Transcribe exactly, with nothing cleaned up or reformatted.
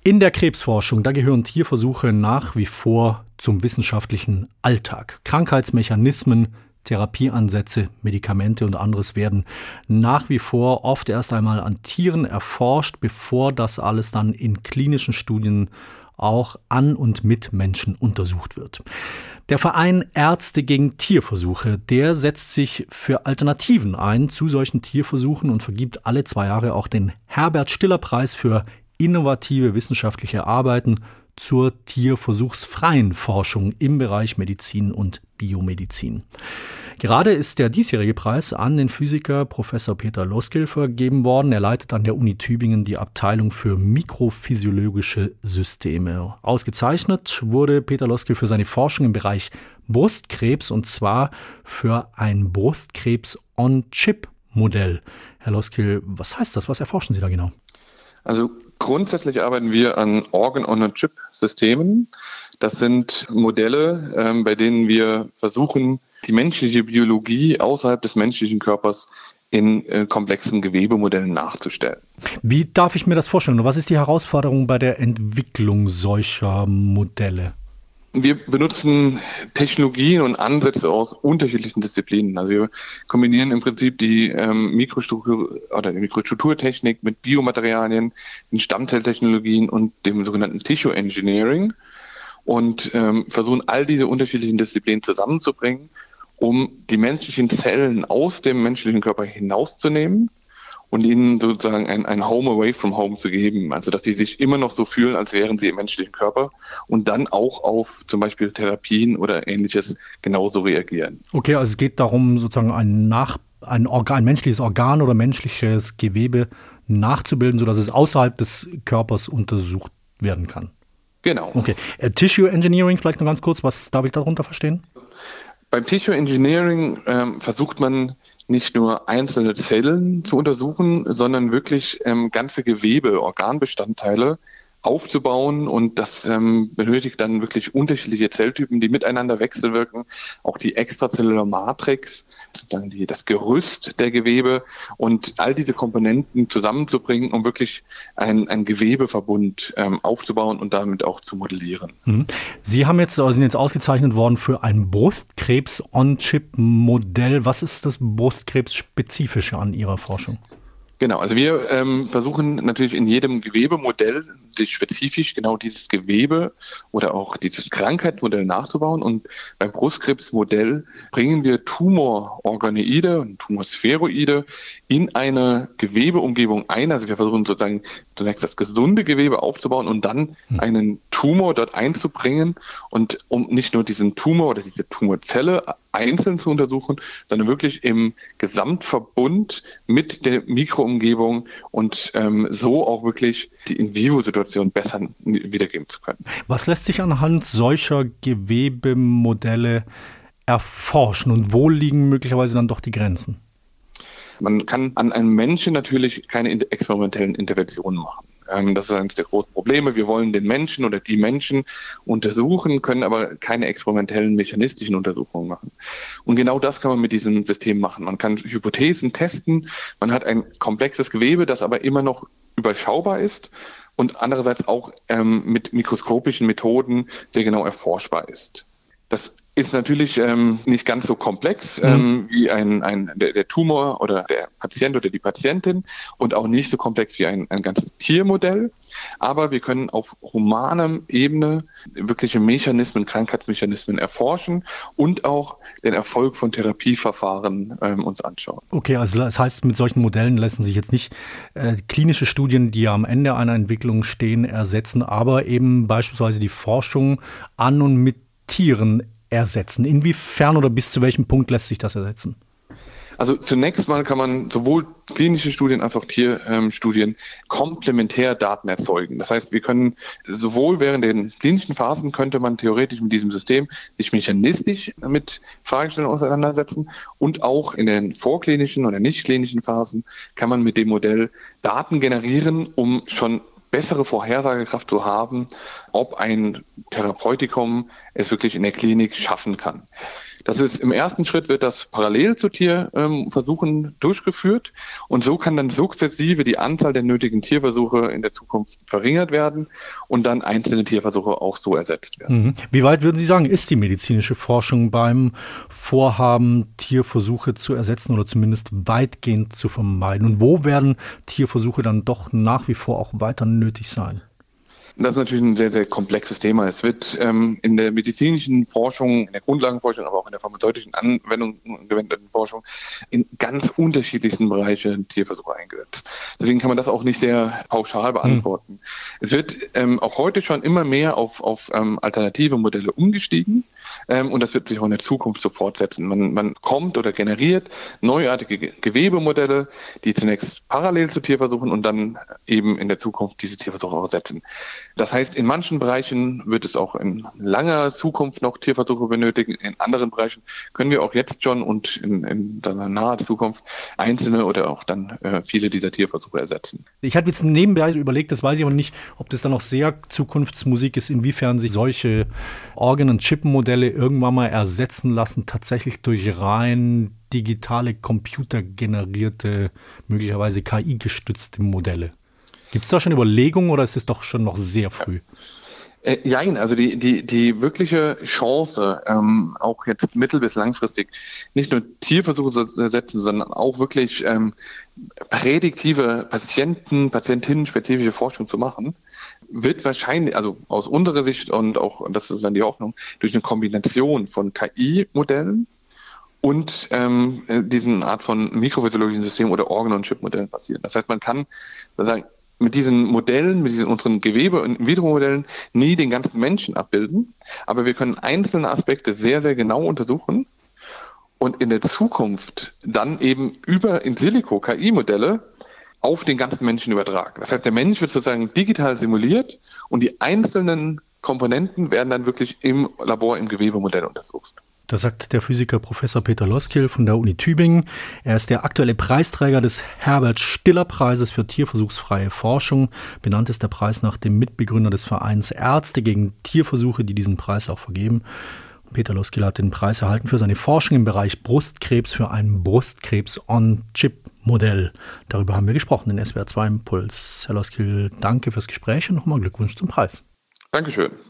In der Krebsforschung, da gehören Tierversuche nach wie vor zum wissenschaftlichen Alltag. Krankheitsmechanismen, Therapieansätze, Medikamente und anderes werden nach wie vor oft erst einmal an Tieren erforscht, bevor das alles dann in klinischen Studien auch an und mit Menschen untersucht wird. Der Verein Ärzte gegen Tierversuche, der setzt sich für Alternativen ein zu solchen Tierversuchen und vergibt alle zwei Jahre auch den Herbert-Stiller-Preis für innovative wissenschaftliche Arbeiten zur tierversuchsfreien Forschung im Bereich Medizin und Biomedizin. Gerade ist der diesjährige Preis an den Physiker Professor Peter Loskil vergeben worden. Er leitet an der Uni Tübingen die Abteilung für mikrophysiologische Systeme. Ausgezeichnet wurde Peter Loskil für seine Forschung im Bereich Brustkrebs und zwar für ein Brustkrebs-on-Chip-Modell. Herr Loskil, was heißt das? Was erforschen Sie da genau? Also grundsätzlich arbeiten wir an Organ-on-a-Chip-Systemen. Das sind Modelle, ähm, bei denen wir versuchen, die menschliche Biologie außerhalb des menschlichen Körpers in äh, komplexen Gewebemodellen nachzustellen. Wie darf ich mir das vorstellen? Was ist die Herausforderung bei der Entwicklung solcher Modelle? Wir benutzen Technologien und Ansätze aus unterschiedlichen Disziplinen. Also wir kombinieren im Prinzip die ähm, Mikrostruktur oder die Mikrostrukturtechnik mit Biomaterialien, den Stammzelltechnologien und dem sogenannten Tissue Engineering und ähm, versuchen all diese unterschiedlichen Disziplinen zusammenzubringen, um die menschlichen Zellen aus dem menschlichen Körper hinauszunehmen und ihnen sozusagen ein, ein Home away from home zu geben. Also dass sie sich immer noch so fühlen, als wären sie im menschlichen Körper und dann auch auf zum Beispiel Therapien oder Ähnliches genauso reagieren. Okay, also es geht darum, sozusagen ein, Nach, ein, Organ, ein menschliches Organ oder menschliches Gewebe nachzubilden, sodass es außerhalb des Körpers untersucht werden kann. Genau. Okay. Äh, Tissue Engineering, vielleicht noch ganz kurz, was darf ich darunter verstehen? Beim Tissue Engineering ähm, versucht man nicht nur einzelne Zellen zu untersuchen, sondern wirklich ähm, ganze Gewebe, Organbestandteile aufzubauen und das ähm, benötigt dann wirklich unterschiedliche Zelltypen, die miteinander wechselwirken, auch die Extracellular Matrix, sozusagen die, das Gerüst der Gewebe und all diese Komponenten zusammenzubringen, um wirklich ein, ein Gewebeverbund ähm, aufzubauen und damit auch zu modellieren. Sie haben jetzt, sind jetzt ausgezeichnet worden für ein Brustkrebs-on-Chip-Modell. Was ist das Brustkrebs-Spezifische an Ihrer Forschung? Genau, also wir ähm, versuchen natürlich in jedem Gewebemodell sich spezifisch genau dieses Gewebe oder auch dieses Krankheitsmodell nachzubauen. Und beim Brustkrebsmodell bringen wir Tumororganoide und Tumorspheroide in eine Gewebeumgebung ein. Also wir versuchen sozusagen zunächst das gesunde Gewebe aufzubauen und dann einen Tumor dort einzubringen. Und um nicht nur diesen Tumor oder diese Tumorzelle einzeln zu untersuchen, sondern wirklich im Gesamtverbund mit der Mikroumgebung und ähm, so auch wirklich die In-vivo-Situation besser wiedergeben zu können. Was lässt sich anhand solcher Gewebemodelle erforschen und wo liegen möglicherweise dann doch die Grenzen? Man kann an einem Menschen natürlich keine experimentellen Interventionen machen. Das ist eines der großen Probleme. Wir wollen den Menschen oder die Menschen untersuchen, können aber keine experimentellen mechanistischen Untersuchungen machen. Und genau das kann man mit diesem System machen. Man kann Hypothesen testen. Man hat ein komplexes Gewebe, das aber immer noch überschaubar ist und andererseits auch ähm, mit mikroskopischen Methoden sehr genau erforschbar ist. Das ist natürlich ähm, nicht ganz so komplex ähm, mhm. wie ein, ein der, der Tumor oder der Patient oder die Patientin und auch nicht so komplex wie ein, ein ganzes Tiermodell. Aber wir können auf humaner Ebene wirkliche Mechanismen, Krankheitsmechanismen erforschen und auch den Erfolg von Therapieverfahren ähm, uns anschauen. Okay, also das heißt, mit solchen Modellen lassen sich jetzt nicht äh, klinische Studien, die ja am Ende einer Entwicklung stehen, ersetzen, aber eben beispielsweise die Forschung an und mit Tieren ersetzen. Inwiefern oder bis zu welchem Punkt lässt sich das ersetzen? Also zunächst mal kann man sowohl klinische Studien als auch Tierstudien ähm, komplementär Daten erzeugen. Das heißt, wir können sowohl während den klinischen Phasen könnte man theoretisch mit diesem System sich mechanistisch mit Fragestellungen auseinandersetzen und auch in den vorklinischen oder nicht klinischen Phasen kann man mit dem Modell Daten generieren, um schon bessere Vorhersagekraft zu haben, ob ein Therapeutikum es wirklich in der Klinik schaffen kann. Das ist im ersten Schritt wird das parallel zu Tierversuchen ähm, durchgeführt und so kann dann sukzessive die Anzahl der nötigen Tierversuche in der Zukunft verringert werden und dann einzelne Tierversuche auch so ersetzt werden. Mhm. Wie weit würden Sie sagen, ist die medizinische Forschung beim Vorhaben, Tierversuche zu ersetzen oder zumindest weitgehend zu vermeiden? Und wo werden Tierversuche dann doch nach wie vor auch weiter nötig sein? Das ist natürlich ein sehr, sehr komplexes Thema. Es wird ähm, in der medizinischen Forschung, in der Grundlagenforschung, aber auch in der pharmazeutischen Anwendung gewendeten Forschung in ganz unterschiedlichsten Bereichen Tierversuche eingesetzt. Deswegen kann man das auch nicht sehr pauschal beantworten. Hm. Es wird ähm, auch heute schon immer mehr auf, auf ähm, alternative Modelle umgestiegen. Ähm, und das wird sich auch in der Zukunft so fortsetzen. Man, man kommt oder generiert neuartige Ge- Gewebemodelle, die zunächst parallel zu Tierversuchen und dann eben in der Zukunft diese Tierversuche auch ersetzen. Das heißt, in manchen Bereichen wird es auch in langer Zukunft noch Tierversuche benötigen. In anderen Bereichen können wir auch jetzt schon und in, in der naher Zukunft einzelne oder auch dann äh, viele dieser Tierversuche ersetzen. Ich hatte jetzt nebenbei überlegt, das weiß ich aber nicht, ob das dann noch sehr Zukunftsmusik ist, inwiefern sich solche Organ- und Chip-Modelle irgendwann mal ersetzen lassen, tatsächlich durch rein digitale, computergenerierte, möglicherweise K I-gestützte Modelle. Gibt es da schon Überlegungen oder ist es doch schon noch sehr früh? Äh, nein, also die, die, die wirkliche Chance, ähm, auch jetzt mittel- bis langfristig, nicht nur Tierversuche zu ersetzen, sondern auch wirklich ähm, prädiktive Patienten, Patientinnen-spezifische Forschung zu machen, wird wahrscheinlich, also aus unserer Sicht und auch, das ist dann die Hoffnung, durch eine Kombination von K I-Modellen und ähm, diesen Art von mikrophysiologischen Systemen oder Organ- und Chip-Modellen passieren. Das heißt, man kann sozusagen mit diesen Modellen, mit diesen unseren Gewebe- und In-vitro-Modellen nie den ganzen Menschen abbilden, aber wir können einzelne Aspekte sehr, sehr genau untersuchen und in der Zukunft dann eben über In-Silico-K I-Modelle auf den ganzen Menschen übertragen. Das heißt, der Mensch wird sozusagen digital simuliert und die einzelnen Komponenten werden dann wirklich im Labor, im Gewebemodell untersucht. Das sagt der Physiker Professor Peter Loskil von der Uni Tübingen. Er ist der aktuelle Preisträger des Herbert-Stiller-Preises für tierversuchsfreie Forschung. Benannt ist der Preis nach dem Mitbegründer des Vereins Ärzte gegen Tierversuche, die diesen Preis auch vergeben. Peter Loskil hat den Preis erhalten für seine Forschung im Bereich Brustkrebs für ein Brustkrebs-on-Chip-Modell. Darüber haben wir gesprochen in S W R zwei Impuls. Herr Loskil, danke fürs Gespräch und nochmal Glückwunsch zum Preis. Dankeschön.